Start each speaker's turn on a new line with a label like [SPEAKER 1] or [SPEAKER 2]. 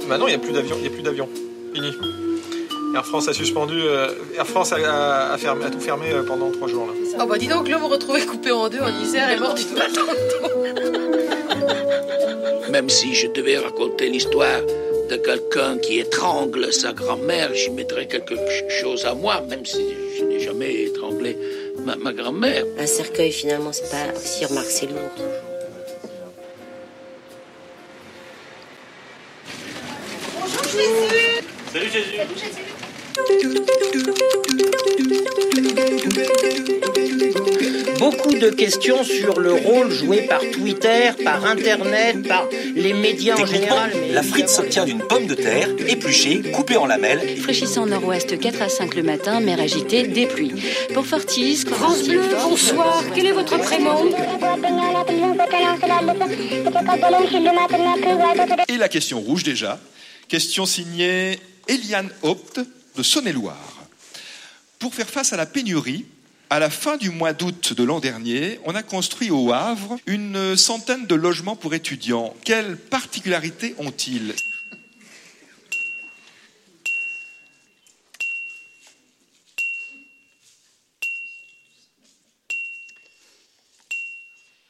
[SPEAKER 1] Maintenant, il n'y a plus d'avion. Fini. Air France a suspendu. Air France a tout fermé pendant 3 jours. Là.
[SPEAKER 2] Oh bah dis donc, l'homme retrouvé coupé en deux en Isère est mort d'une balle dans le dos.
[SPEAKER 3] Même si je devais raconter l'histoire de quelqu'un qui étrangle sa grand-mère, j'y mettrais quelque chose à moi, même si je n'ai jamais étranglé ma grand-mère.
[SPEAKER 4] Un cercueil, finalement, c'est pas aussi remarque, c'est lourd.
[SPEAKER 2] Bonjour Jésus.
[SPEAKER 1] Salut Jésus.
[SPEAKER 2] Salut Jésus.
[SPEAKER 5] Beaucoup de questions sur le rôle joué par Twitter, par Internet, par les médias en général. Mais
[SPEAKER 6] la frite s'obtient d'une pomme de terre, épluchée, coupée en lamelles.
[SPEAKER 7] Fraîchissant nord-ouest 4 à 5 le matin, mer agitée, des pluies. Pour Fortis,
[SPEAKER 2] France Bleu, bonsoir. Quel est votre prénom?
[SPEAKER 8] Et la question rouge déjà. Question signée Eliane Haupt de Saône-et-Loire. Pour faire face à la pénurie, à la fin du mois d'août de l'an dernier, on a construit au Havre une centaine de logements pour étudiants. Quelles particularités ont-ils ?